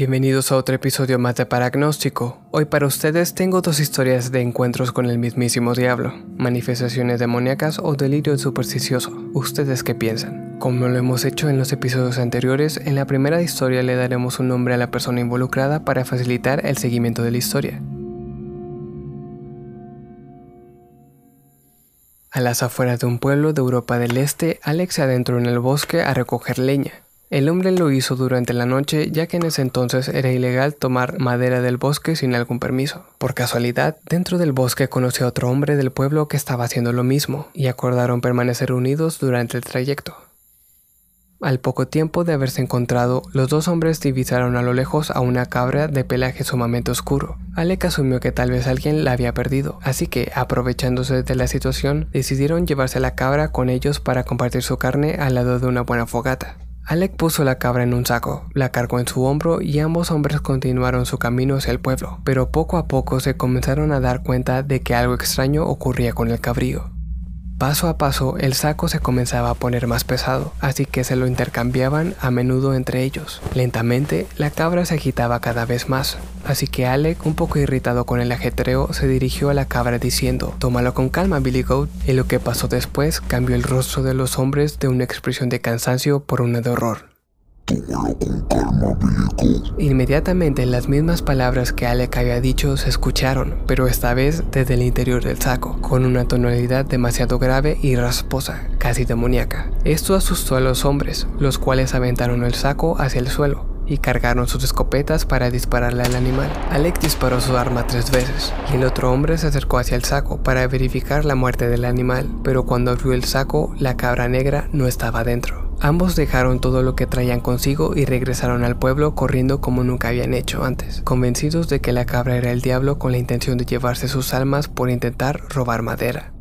Bienvenidos a otro episodio más de Paragnóstico. Hoy para ustedes tengo dos historias de encuentros con el mismísimo diablo, manifestaciones demoníacas o delirio supersticioso. ¿Ustedes qué piensan? Como lo hemos hecho en los episodios anteriores, en la primera historia le daremos un nombre a la persona involucrada para facilitar el seguimiento de la historia. A las afueras de un pueblo de Europa del Este, Alex se adentró en el bosque a recoger leña. El hombre lo hizo durante la noche, ya que en ese entonces era ilegal tomar madera del bosque sin algún permiso. Por casualidad, dentro del bosque conoció a otro hombre del pueblo que estaba haciendo lo mismo, y acordaron permanecer unidos durante el trayecto. Al poco tiempo de haberse encontrado, los dos hombres divisaron a lo lejos a una cabra de pelaje sumamente oscuro. Alec asumió que tal vez alguien la había perdido, así que, aprovechándose de la situación, decidieron llevarse la cabra con ellos para compartir su carne al lado de una buena fogata. Alec puso la cabra en un saco, la cargó en su hombro y ambos hombres continuaron su camino hacia el pueblo, pero poco a poco se comenzaron a dar cuenta de que algo extraño ocurría con el cabrío. Paso a paso, el saco se comenzaba a poner más pesado, así que se lo intercambiaban a menudo entre ellos. Lentamente, la cabra se agitaba cada vez más, así que Alec, un poco irritado con el ajetreo, se dirigió a la cabra diciendo: "Tómalo con calma, Billy Goat", y lo que pasó después cambió el rostro de los hombres de una expresión de cansancio por una de horror. "Tómalo con calma, Billy Goat". Inmediatamente las mismas palabras que Alec había dicho se escucharon, pero esta vez desde el interior del saco, con una tonalidad demasiado grave y rasposa, casi demoníaca. Esto asustó a los hombres, los cuales aventaron el saco hacia el suelo y cargaron sus escopetas para dispararle al animal. Alec disparó su arma 3 veces, y el otro hombre se acercó hacia el saco para verificar la muerte del animal, pero cuando abrió el saco, la cabra negra no estaba dentro. Ambos dejaron todo lo que traían consigo y regresaron al pueblo corriendo como nunca habían hecho antes, convencidos de que la cabra era el diablo con la intención de llevarse sus almas por intentar robar madera.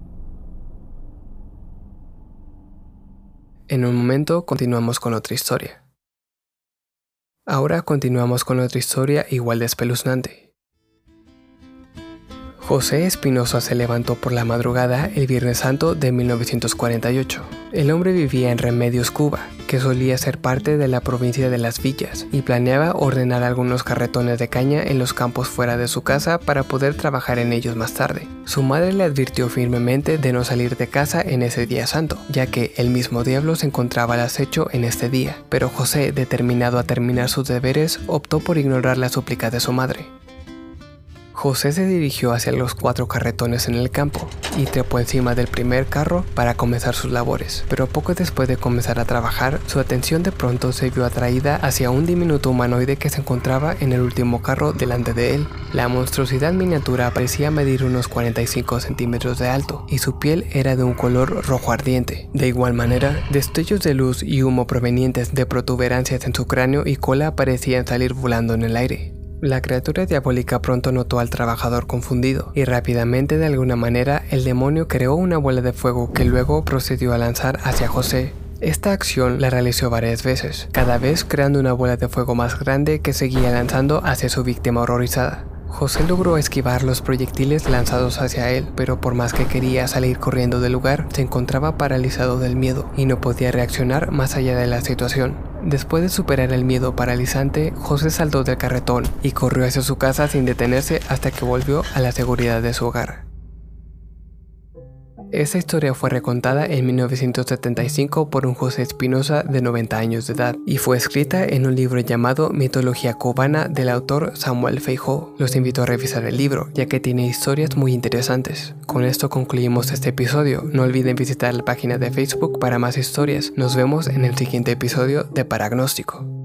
En un momento continuamos con otra historia. Ahora continuamos con otra historia igual de espeluznante. José Espinosa se levantó por la madrugada el Viernes Santo de 1948. El hombre vivía en Remedios, Cuba, que solía ser parte de la provincia de Las Villas, y planeaba ordenar algunos carretones de caña en los campos fuera de su casa para poder trabajar en ellos más tarde. Su madre le advirtió firmemente de no salir de casa en ese día santo, ya que el mismo diablo se encontraba al acecho en este día, pero José, determinado a terminar sus deberes, optó por ignorar la súplica de su madre. José se dirigió hacia los 4 carretones en el campo y trepó encima del primer carro para comenzar sus labores, pero poco después de comenzar a trabajar, su atención de pronto se vio atraída hacia un diminuto humanoide que se encontraba en el último carro delante de él. La monstruosidad miniatura parecía medir unos 45 centímetros de alto y su piel era de un color rojo ardiente. De igual manera, destellos de luz y humo provenientes de protuberancias en su cráneo y cola parecían salir volando en el aire. La criatura diabólica pronto notó al trabajador confundido, y rápidamente de alguna manera el demonio creó una bola de fuego que luego procedió a lanzar hacia José. Esta acción la realizó varias veces, cada vez creando una bola de fuego más grande que seguía lanzando hacia su víctima horrorizada. José logró esquivar los proyectiles lanzados hacia él, pero por más que quería salir corriendo del lugar, se encontraba paralizado del miedo y no podía reaccionar más allá de la situación. Después de superar el miedo paralizante, José saltó del carretón y corrió hacia su casa sin detenerse hasta que volvió a la seguridad de su hogar. Esta historia fue recontada en 1975 por un José Espinosa de 90 años de edad y fue escrita en un libro llamado Mitología Cubana del autor Samuel Feijó. Los invito a revisar el libro, ya que tiene historias muy interesantes. Con esto concluimos este episodio. No olviden visitar la página de Facebook para más historias. Nos vemos en el siguiente episodio de Paragnóstico.